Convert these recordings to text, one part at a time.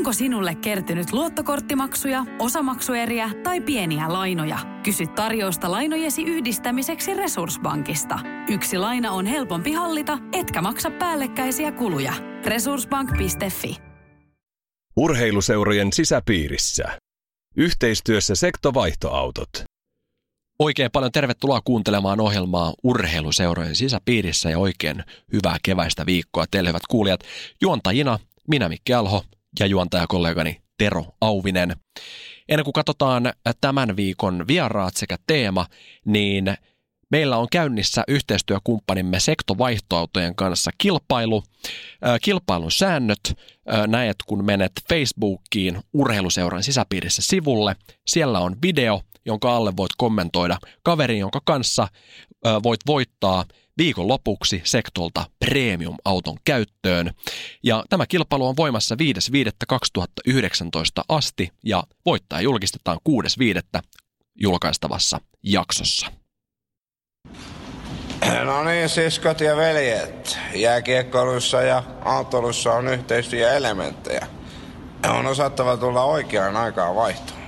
Onko sinulle kertynyt luottokorttimaksuja, osamaksueriä tai pieniä lainoja? Kysy tarjousta lainojesi yhdistämiseksi Resurssbankista. Yksi laina on helpompi hallita, etkä maksa päällekkäisiä kuluja. Resurssbank.fi. Urheiluseurojen sisäpiirissä. Yhteistyössä Sektovaihtoautot. Oikein paljon tervetuloa kuuntelemaan ohjelmaa Urheiluseurojen sisäpiirissä ja oikein hyvää keväistä viikkoa teille hyvät kuulijat. Juontajina minä Mikki Alho ja juontajakollegani Tero Auvinen. Ennen kuin katsotaan tämän viikon vieraat sekä teema, niin meillä on käynnissä yhteistyökumppanimme Sektovaihtoautojen kanssa kilpailu. Kilpailun säännöt näet, kun menet Facebookiin Urheiluseuran sisäpiirissä sivulle. Siellä on video, jonka alle voit kommentoida kaverin, jonka kanssa voit voittaa viikon lopuksi Sektolta premium-auton käyttöön. Ja tämä kilpailu on voimassa 5.5.2019 asti ja voittaja julkistetaan 6.5. julkaistavassa jaksossa. No niin, siskot ja veljet. Jääkiekkoilussa ja autoilussa on yhteistyöelementtejä. On osattava tulla oikeaan aikaan vaihtoon.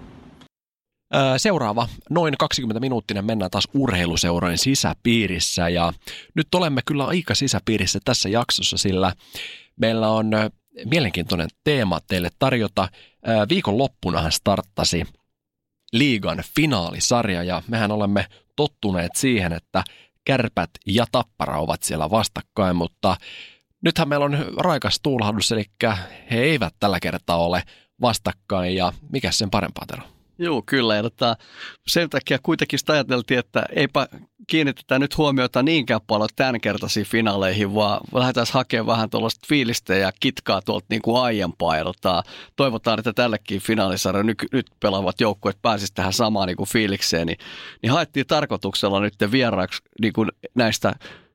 Seuraava, noin 20-minuuttinen mennään taas urheiluseurojen sisäpiirissä ja nyt olemme kyllä aika sisäpiirissä tässä jaksossa, sillä meillä on mielenkiintoinen teema teille tarjota. Viikonloppunahan starttasi liigan finaalisarja ja mehän olemme tottuneet siihen, että Kärpät ja Tappara ovat siellä vastakkain, mutta nythän meillä on raikas tuulahdus, eli he eivät tällä kertaa ole vastakkain ja mikä sen parempaa, Tero? Joo, kyllä. Ja sen takia kuitenkin sitä ajateltiin, että eipä kiinnitetä nyt huomiota niinkään paljon tämänkertaisiin finaaleihin, vaan lähdetään hakemaan vähän tuollaista fiilistä ja kitkaa tuolta niin kuin aiempaa. Ja toivotaan, että tällekin finaalisarja nyt pelaavat joukkueet pääsisivät tähän samaan niin kuin fiilikseen. Niin haettiin tarkoituksella nyt vieraaksi niin kuin näistä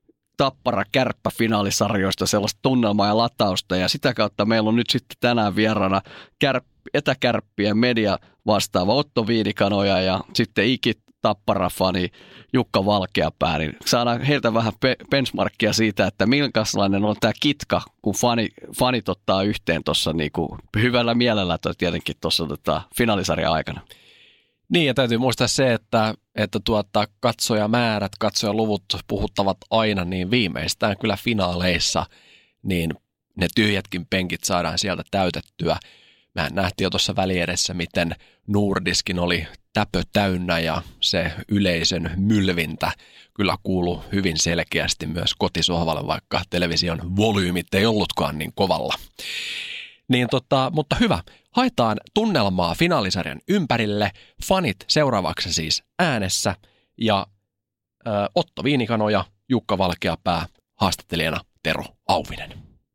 Tappara-Kärppä-finaalisarjoista sellaista tunnelmaa ja latausta. Ja sitä kautta meillä on nyt sitten tänään vieraana etäkärppien media vastaava Otto Viinikanoja ja sitten Tappara-fani Jukka Valkeapää. Niin saadaan heiltä vähän benchmarkkia siitä, että minkälainen on tämä kitka, kun fanit ottaa yhteen tuossa niinku hyvällä mielellä tietenkin tuossa finaalisarjan aikana. Niin, ja täytyy muistaa se, että katsojamäärät, katsojaluvut puhuttavat aina, niin viimeistään kyllä finaaleissa, niin ne tyhjätkin penkit saadaan sieltä täytettyä. Mehän nähtiin jo tuossa väliedessä, miten Nordiskin oli täpö täynnä ja se yleisön mylvintä kyllä kuului hyvin selkeästi myös kotisohvalle, vaikka television volyymit ei ollutkaan niin kovalla. Niin mutta hyvä, haetaan tunnelmaa finaalisarjan ympärille, fanit seuraavaksi siis äänessä ja Otto Viinikanoja, Jukka Valkeapää, haastattelijana Tero Auvinen.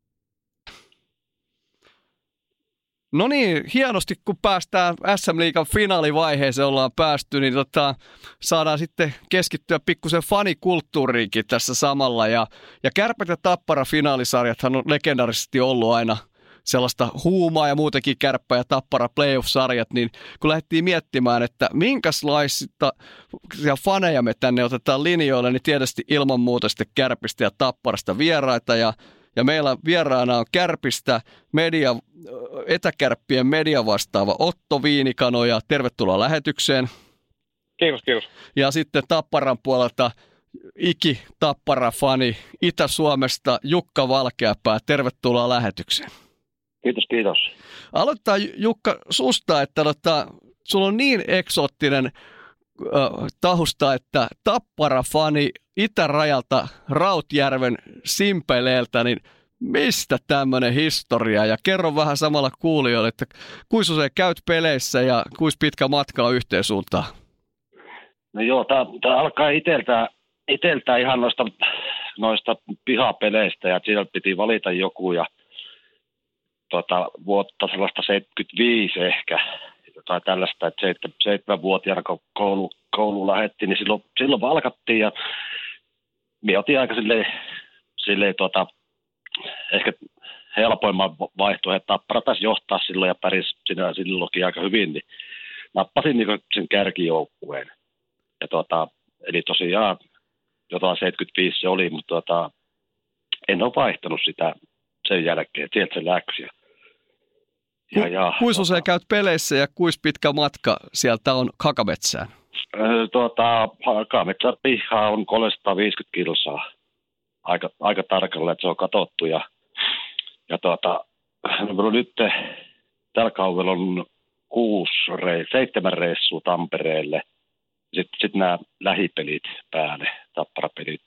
No niin, hienosti kun päästään SM-liigan finaalivaiheeseen ollaan päästy, niin saadaan sitten keskittyä pikkusen fanikulttuuriinkin tässä samalla. Ja Kärpät ja Tappara finaalisarjathan on legendaarisesti ollut aina sellaista huumaa ja muutenkin Kärppä ja Tappara playoff-sarjat, niin kun lähdettiin miettimään, että minkälaista faneja me tänne otetaan linjoille, niin tietysti ilman muuta sitten Kärpistä ja Tapparasta vieraita ja meillä vieraana on Kärpistä etäkärppien media vastaava Otto Viinikanoja. Tervetuloa lähetykseen. Kiitos, kiitos. Ja sitten Tapparan puolelta Tappara-fani Itä-Suomesta Jukka Valkeapää. Tervetuloa lähetykseen. Kiitos, kiitos. Aloittaa Jukka susta, että sulla on niin eksoottinen tausta, että Tappara-fani itärajalta Rautjärven Simpeleeltä, niin mistä tämmöinen historia? Ja kerro vähän samalla kuulijoille, että kuinka usein käyt peleissä ja kuinka pitkä matka on yhteen suuntaan? No joo, tämä alkaa iteltä ihan noista pihapeleistä ja sieltä piti valita joku ja vuotta sellaista 75 ehkä tai tällaista, että 7-vuotiaana kun kouluun lähdettiin, niin silloin valkattiin ja minä otin aika silleen ehkä helpoimman vaihtoehdon, Tappara taisi johtaa silloin ja pärisi silloinkin aika hyvin, niin nappasin niin sen kärkijoukkueen. Ja eli tosiaan jotain 75 se oli, mutta en ole vaihtanut sitä sen jälkeen, että sieltä se läksi. Kuinka usein käyt peleissä ja kuinka pitkä matka sieltä on Hakametsään? Hakametsän piha on 350 kilsaa. Aika tarkalleen, että se on katsottu. Ja nyt tällä kaudella on 7 reissua Tampereelle. Sitten nämä lähipelit päälle, Tappara-pelit,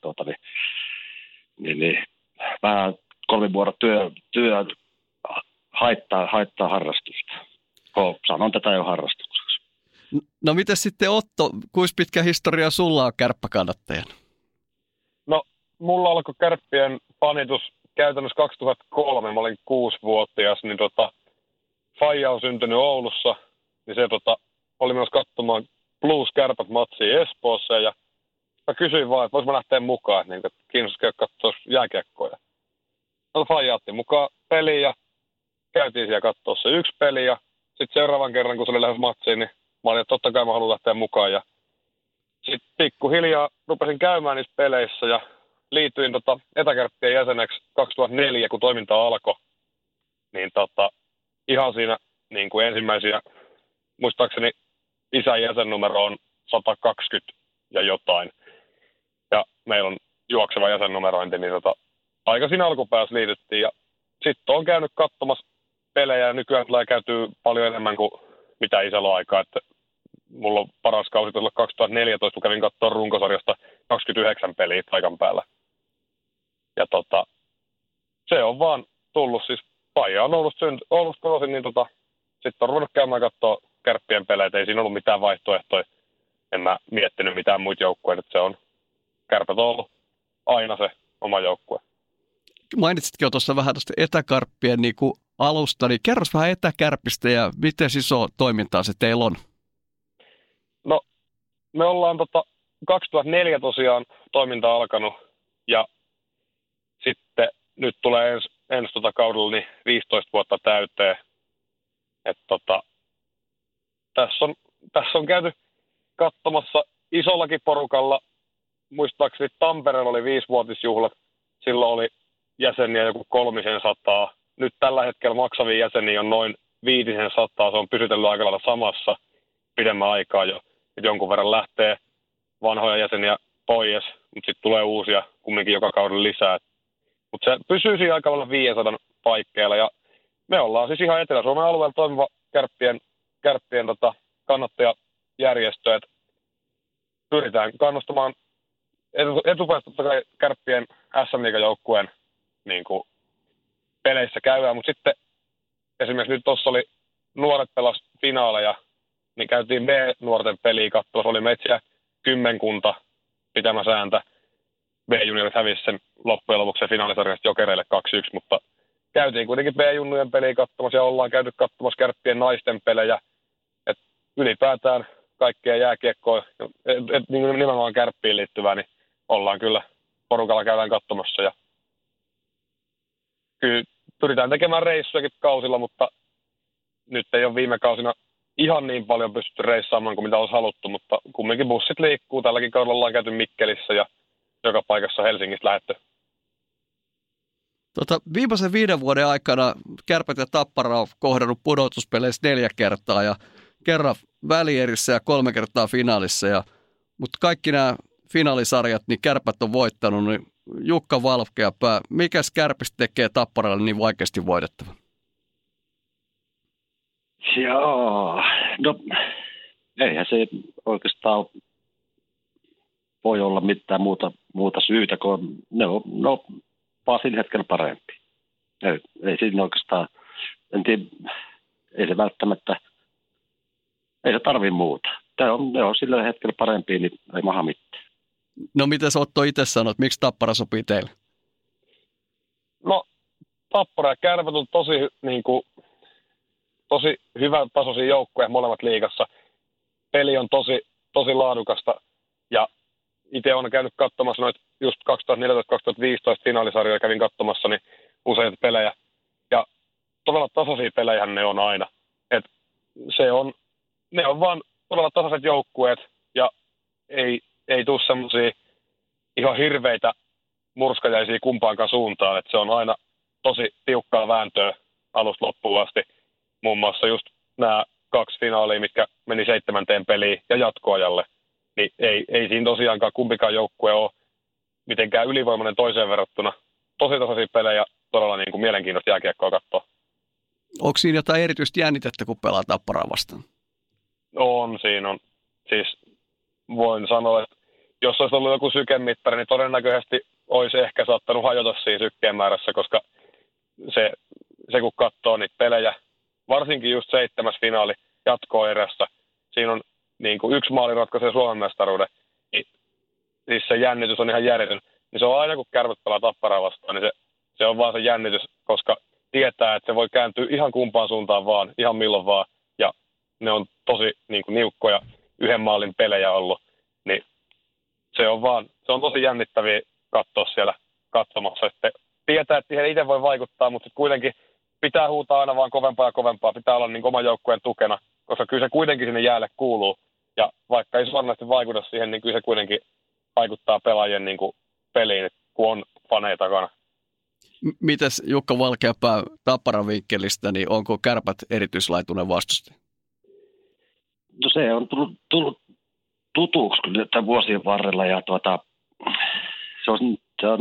niin vähän 3 vuotta työ haittaa harrastusta. Sanon tätä jo harrastukseksi. No miten sitten Otto, kuinka pitkä historia sulla on kärppäkannattajana? No mulla alkoi Kärppien fanitus käytännössä 2003, mä olin 6-vuotias, niin faija on syntynyt Oulussa, niin se oli myös katsomaan Blues-Kärpät-matsia Espoossa, ja mä kysyin vaan, että vois mä lähteä mukaan, että kiinnostaisi katsoa jääkiekkoja. No faija otti mukaan peliin, ja käytiin siellä katsoa se 1 peli, ja sitten seuraavan kerran, kun se oli lähes matsiin, niin mä olin, että totta kai mä haluan lähteä mukaan, ja sitten pikkuhiljaa rupesin käymään niissä peleissä, ja liityin etäkärppien jäseneksi 2004, kun toiminta alkoi, niin ihan siinä niin kuin ensimmäisiä, muistaakseni isän jäsennumero on 120 ja jotain, ja meillä on juokseva jäsennumerointi, niin aika siinä alkupäässä liityttiin, ja sitten on käynyt katsomassa pelejä, ja nykyään tulee käytyä paljon enemmän kuin mitä isällä aikaa, että mulla on paras kausi tuolla 2014, kun kävin katsoa runkosarjasta 29 peliä paikan päällä. Ja se on vaan tullut, siis faija on Oulusta kotoisin, niin sitten on ruvennut käymään katsoa Kärppien pelejä, ei siinä ollut mitään vaihtoehtoja. En mä miettinyt mitään muita joukkueita, että se on Kärpät on ollut aina se oma joukkue. Mainitsitkin jo tuossa vähän tuosta etäkarppien niin kuin alusta, niin kerros vähän etäkärpistä ja miten iso toimintaa se teillä on? No, me ollaan 2004 tosiaan toiminta alkanut, ja sitten nyt tulee ensi kaudella niin 15 vuotta täyteen. Että tässä on käyty katsomassa isollakin porukalla. Muistaakseni Tampereella oli 5-vuotisjuhlat. Silloin oli jäseniä joku 300. Nyt tällä hetkellä maksavia jäseniä on noin 500. Se on pysytellyt aika lailla samassa pidemmän aikaa jo. Et jonkun verran lähtee vanhoja jäseniä pois, mutta sitten tulee uusia kumminkin joka kaudella lisää. Mutta se pysyy siinä aika lailla 500 paikkeilla. Ja me ollaan siis ihan Etelä-Suomen alueella toimiva kärppien kannattajajärjestö. Et pyritään kannustamaan etupäästä totta kai Kärppien SM-liigajoukkueen niin kuin peleissä käydään, mutta sitten esimerkiksi nyt tuossa oli nuoret pelas finaaleja, niin käytiin B-nuorten peliä katsomassa, oli metsiä 10 pitämä sääntä. B-juniorit hävisi sen loppujen lopuksi finaalisarjasta Jokereille 2-1, mutta käytiin kuitenkin B-junnujen peliä katsomassa ja ollaan käyty katsomassa Kärppien naisten pelejä. Et ylipäätään kaikkea jääkiekkoa, nimenomaan Kärppiin liittyvää, niin ollaan kyllä porukalla käydään katsomassa. Ja kyllä pyritään tekemään reissujakin kausilla, mutta nyt ei ole viime kausina ihan niin paljon pystytty reissaamaan kuin mitä olisi haluttu, mutta kumminkin bussit liikkuu. Tälläkin kaudella ollaan käyty Mikkelissä ja joka paikassa Helsingistä lähdetty. Viimeisen 5 vuoden aikana Kärpät ja Tappara on kohdannut pudotuspeleissä 4 kertaa ja kerran välierissä ja 3 kertaa finaalissa. Mutta kaikki nämä finaalisarjat, niin Kärpät on voittanut, niin Jukka Valkeapää, mikäs Kärpistä tekee Tapparalle niin vaikeasti voitettava? Joo, no eihän se oikeastaan voi olla mitään muuta syytä, kun ne on vaan sillä hetkellä parempi. Ei siinä oikeastaan, en tiedä, ei se välttämättä, ei se tarvitse muuta. Ne on sillä hetkellä parempi, niin ei maha mitään. No miten sä Otto itse sanot, miksi Tappara sopii teille? No Tappara ja Kärpät on tosi hyvän tasoisia joukkoja molemmat liigassa. Peli on tosi laadukasta ja itse olen käynyt katsomassa noita just 2014-2015 finaalisarjoja kävin katsomassa niin useita pelejä. Ja todella tasaisia pelejä ne on aina. Ne on vaan todella tasaiset joukkueet ja ei tule semmoisia ihan hirveitä murskajaisia kumpaankaan suuntaan. Et se on aina tosi tiukkaa vääntöä alusta loppuun asti. muun muassa just nämä 2 finaalia, mitkä meni 7. peliin ja jatkoajalle, niin ei siinä tosiaankaan kumpikaan joukkue ole mitenkään ylivoimainen toiseen verrattuna. Tosi tasaisia pelejä, todella niin kuin mielenkiintoista jääkiekkoa katsoa. Onko siinä jotain erityistä jännitettä, kun pelaa Tapparaa vastaan? Siinä on. Siis voin sanoa, että jos olisi ollut joku sykemittari, niin todennäköisesti olisi ehkä saattanut hajota siinä sykkeen määrässä, koska se kun katsoo niitä pelejä, varsinkin just 7. finaali jatkoerässä, siinä on niin kuin 1 maali ratkaisee Suomen mestaruuden, niin siis se jännitys on ihan järjetön. Niin se on aina, kun Kärpät pelaa Tapparaa vastaan, niin se on vaan se jännitys, koska tietää, että se voi kääntyä ihan kumpaan suuntaan vaan, ihan milloin vaan, ja ne on tosi niin kuin niukkoja 1 maalin pelejä ollut, niin se on tosi jännittäviä katsoa siellä katsomassa. Että tietää, että siihen itse voi vaikuttaa, mutta kuitenkin pitää huutaa aina vaan kovempaa ja kovempaa. Pitää olla niin oman joukkueen tukena, koska kyllä se kuitenkin sinne jäälle kuuluu. Ja vaikka ei suoranaisesti vaikuta siihen, niin kyllä se kuitenkin vaikuttaa pelaajien niin kuin peliin, kun on faneja takana. Mitäs Jukka Valkeapää Tapparan vinkkelistä, niin onko Kärpät erityislaituinen vastustaja? No se on tullut tutuksi kyllä tämän vuosien varrella ja se on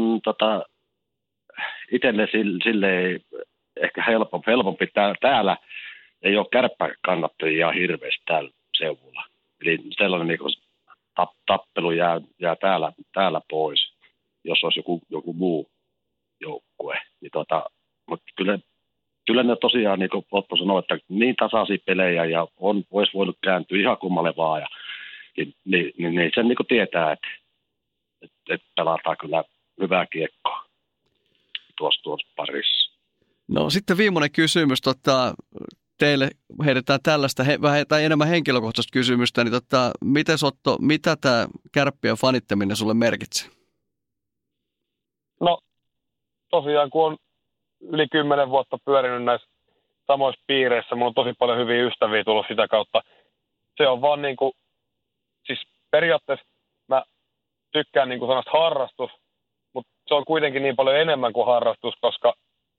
itselle silleen ehkä helpompi. Täällä ei ole kärppäkannattajia hirveästi täällä seudulla. Eli sellainen niin kuin tappelu jää täällä pois, jos olisi joku muu joukkue. Niin mutta kyllä ne tosiaan, niin kuin Otto sanoi, että niin tasaisia pelejä ja olisi voinut kääntyä ihan kummalle vaan. Niin sen niin kuin tietää, että pelataan kyllä hyvää kiekkoa tuossa parissa. No sitten viimeinen kysymys. Teille heitetään tällaista vähän tai enemmän henkilökohtaista kysymystä. Niin mites Otto, mitä tämä Kärppien fanittaminen sulle merkitsee? No tosiaan, kun on yli 10 vuotta pyörinyt näissä samoissa piireissä, mulla on tosi paljon hyviä ystäviä tullut sitä kautta. Se on vaan niin kuin, siis periaatteessa mä tykkään niin kuin sanasta harrastus, mutta se on kuitenkin niin paljon enemmän kuin harrastus, koska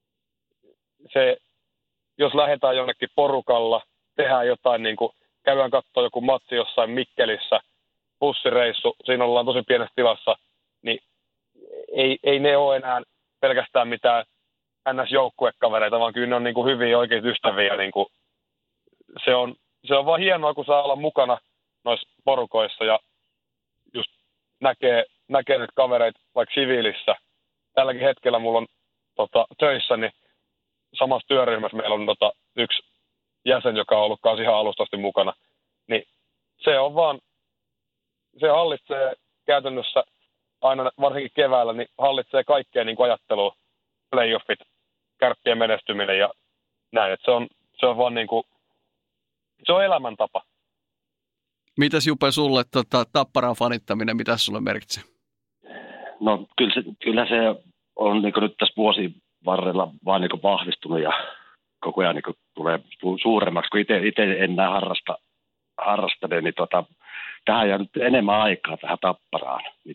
jos lähdetään jonnekin porukalla, tehdään jotain, niin kuin käydään katsoa joku matsi jossain Mikkelissä, bussireissu, siinä ollaan tosi pienessä tilassa, niin ei ne ole enää pelkästään mitään NS-joukkuekavereita, vaan kyllä ne on niin kuin hyviä oikeita ystäviä. Niin kuin se on vaan hienoa, kun saa olla mukana noissa porukoissa ja just näkee nyt kavereita vaikka siviilissä. Tälläkin hetkellä mulla on töissä, niin samassa työryhmässä meillä on yksi jäsen, joka on ollut kanssa ihan alusta asti mukana. Niin se on vaan, se hallitsee käytännössä aina, varsinkin keväällä, niin hallitsee kaikkea niin kuin ajattelua, playoffit, Kärppien menestyminen ja näin. Että se on vaan niin kuin, se on elämäntapa. Mitäs Jupe sulle Tapparan fanittaminen, mitä sulle merkitsee? No kyllä se on niin kuin nyt tässä vuosien varrella vaan niin kuin vahvistunut ja koko ajan niin kuin tulee suuremmaksi, kun itse en enää harrastaneet, niin tähän jää nyt enemmän aikaa tähän Tapparaan. Niin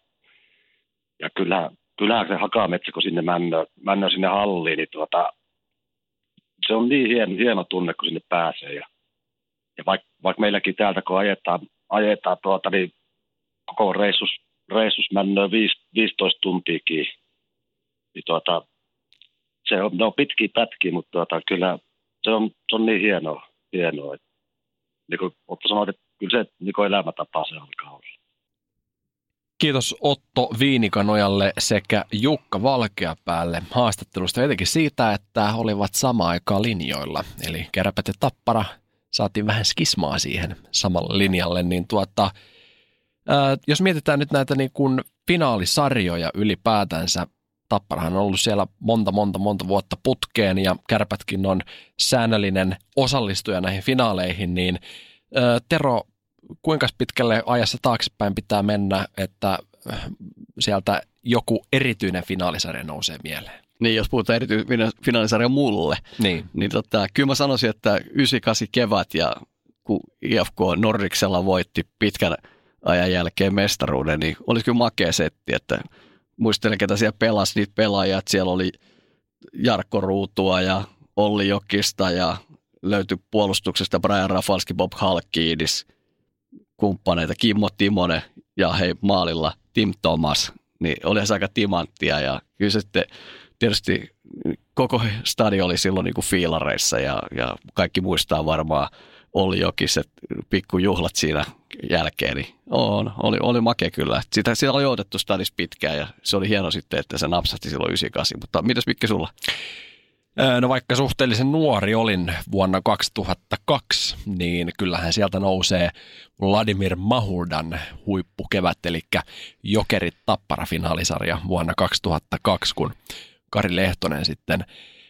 ja kyllähän se Hakametsä, kun sinne männöö sinne halliin, niin se on niin hieno tunne, kun sinne pääsee. Ja vaikka meilläkin täältä, kun ajetaan niin koko reissus männöö 15 tuntiakin, niin ne on pitkiä pätkiä, mutta kyllä se on niin hienoa. Että, niin kuin Otto sanoi, että kyllä se niin elämäntapa se alkaa olla. Kiitos Otto Viinikanojalle sekä Jukka Valkeapäälle haastattelusta, etenkin siitä, että olivat samaan aikaan linjoilla. Eli Kärpät ja Tappara saatiin vähän skismaa siihen samalle linjalle. Niin jos mietitään nyt näitä niin kuin finaalisarjoja ylipäätänsä, Tapparahan on ollut siellä monta vuotta putkeen ja Kärpätkin on säännöllinen osallistuja näihin finaaleihin, niin Tero, kuinka pitkälle ajassa taaksepäin pitää mennä, että sieltä joku erityinen finaalisarja nousee mieleen? Niin, jos puhutaan erityinen finaalisarja mulle, niin kyllä mä sanoisin, että 98 kevät ja kun IFK Nordicsella voitti pitkän ajan jälkeen mestaruuden, niin olisi kyllä makea setti, että muistelen, ketä siellä pelasi niitä pelaajia, että siellä oli Jarkko Ruutua ja Olli Jokista ja löytyi puolustuksesta Brian Rafalski, Bob Halkidis, kumppaneita Kimmo Timonen ja hei maalilla Tim Thomas, niin oli se aika timanttia ja kyllä se sitten tietysti koko stadion oli silloin niin kuin fiilareissa ja kaikki muistaa varmaan Olli Jokiset pikkujuhlat siinä jälkeen, niin oli makea kyllä. Sitä oli odotettu stadissa pitkään ja se oli hieno sitten, että se napsahti silloin 98, mutta mitäs Mikke sulla? No vaikka suhteellisen nuori olin vuonna 2002, niin kyllähän sieltä nousee Vladimir Mahurdan huippukevät, eli Jokerit Tappara-finaalisarja vuonna 2002, kun Kari Lehtonen sitten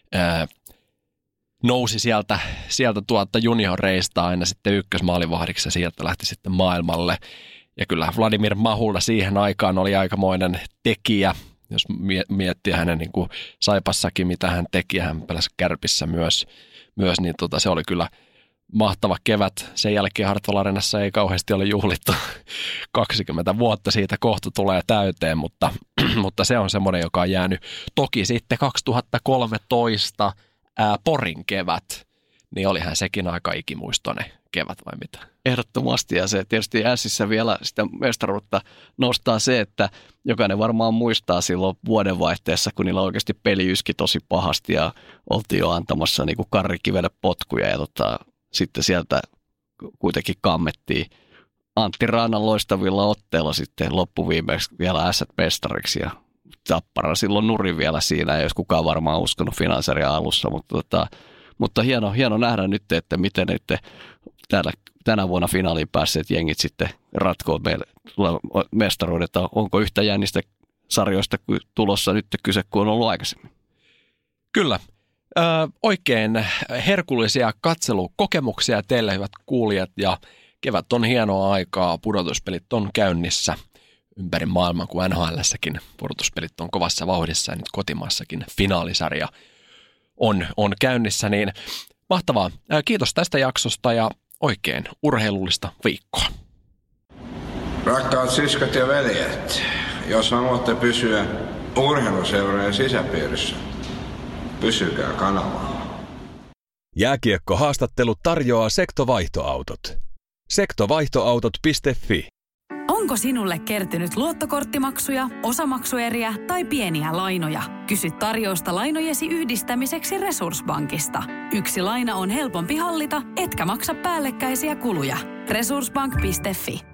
nousi sieltä junioreista aina sitten ykkösmaalivahdiksi ja sieltä lähti sitten maailmalle. Ja kyllä Vladimir Mahurda siihen aikaan oli aikamoinen tekijä. Jos miettii hänen niin kuin Saipassakin, mitä hän teki, hän pelasi Kärpissä myös niin se oli kyllä mahtava kevät. Sen jälkeen Hartwall Arenassa ei kauheasti ole juhlittu 20 vuotta siitä kohta tulee täyteen, mutta se on semmoinen, joka on jäänyt. Toki sitten 2013 Porin kevät, niin olihan sekin aika ikimuistoinen kevät vai mitä? Ehdottomasti ja se tietysti Ässissä vielä sitä mestaruutta nostaa se, että jokainen varmaan muistaa silloin vuodenvaihteessa, kun niillä oikeasti peli yski tosi pahasti ja oltiin jo antamassa niin kuin Karri Kivelle potkuja ja sitten sieltä kuitenkin kammettiin Antti Raanan loistavilla otteilla sitten loppuviimeksi vielä Ässät-mestariksi ja Tappara silloin nuri vielä siinä, ei olisi kukaan varmaan uskonut finanssaria alussa, mutta hieno nähdä nyt, että miten tänä vuonna finaaliin päässeet jengit sitten ratkoo meille mestaruudet, että onko yhtä jännistä sarjoista tulossa nyt kyse kuin on ollut aikaisemmin. Kyllä. Oikein herkullisia katselukokemuksia teille, hyvät kuulijat, ja kevät on hienoa aikaa, pudotuspelit on käynnissä ympäri maailman, kuin NHL:ssäkin pudotuspelit on kovassa vauhdissa ja nyt kotimaassakin finaalisarja on käynnissä, niin mahtavaa. Kiitos tästä jaksosta ja oikein urheilullista viikkoa. Rakkaat siskot ja veljet, jos haluatte pysyä urheiluseurojen sisäpiirissä, pysykää kanavalla. Jääkiekkohaastattelu tarjoaa Sektovaihtoautot. Sektovaihtoautot.fi. Onko sinulle kertynyt luottokorttimaksuja, osamaksueriä tai pieniä lainoja? Kysy tarjousta lainojesi yhdistämiseksi Resurssbankista. Yksi laina on helpompi hallita, etkä maksa päällekkäisiä kuluja. Resurssbank.fi.